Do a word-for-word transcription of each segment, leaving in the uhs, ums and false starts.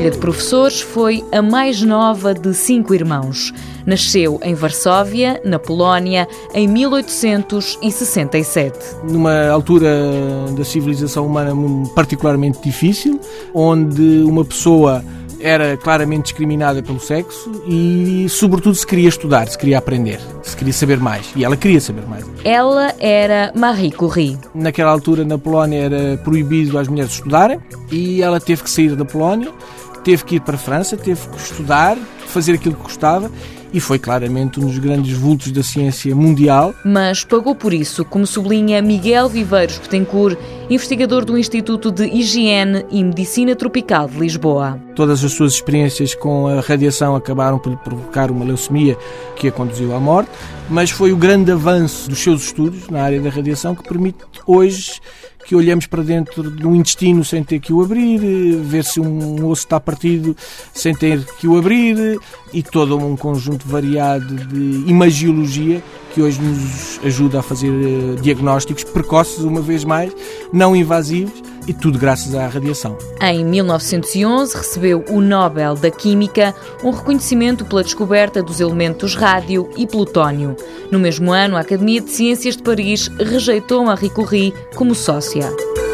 família de professores, foi a mais nova de cinco irmãos. Nasceu em Varsóvia, na Polónia, em mil oitocentos e sessenta e sete. Numa altura da civilização humana particularmente difícil, onde uma pessoa era claramente discriminada pelo sexo e, sobretudo, se queria estudar, se queria aprender, se queria saber mais. E ela queria saber mais. Ela era Marie Curie. Naquela altura, na Polónia, era proibido às mulheres estudarem e ela teve que sair da Polónia, teve que ir para a França, teve que estudar, fazer aquilo que gostava e foi claramente um dos grandes vultos da ciência mundial. Mas pagou por isso, como sublinha Miguel Viveiros Betancourt, investigador do Instituto de Higiene e Medicina Tropical de Lisboa. Todas as suas experiências com a radiação acabaram por lhe provocar uma leucemia que a conduziu à morte, mas foi o grande avanço dos seus estudos na área da radiação que permite hoje que olhamos para dentro de um intestino sem ter que o abrir, ver se um osso está partido sem ter que o abrir e todo um conjunto variado de imagiologia que hoje nos ajuda a fazer diagnósticos precoces, uma vez mais, não invasivos, e tudo graças à radiação. Em mil novecentos e onze recebeu o Nobel da Química, um reconhecimento pela descoberta dos elementos rádio e plutónio. No mesmo ano, a Academia de Ciências de Paris rejeitou Marie Curie como sócia.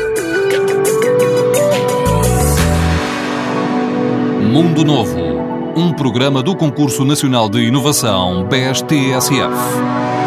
Mundo Novo, um programa do Concurso Nacional de Inovação B E S T S F.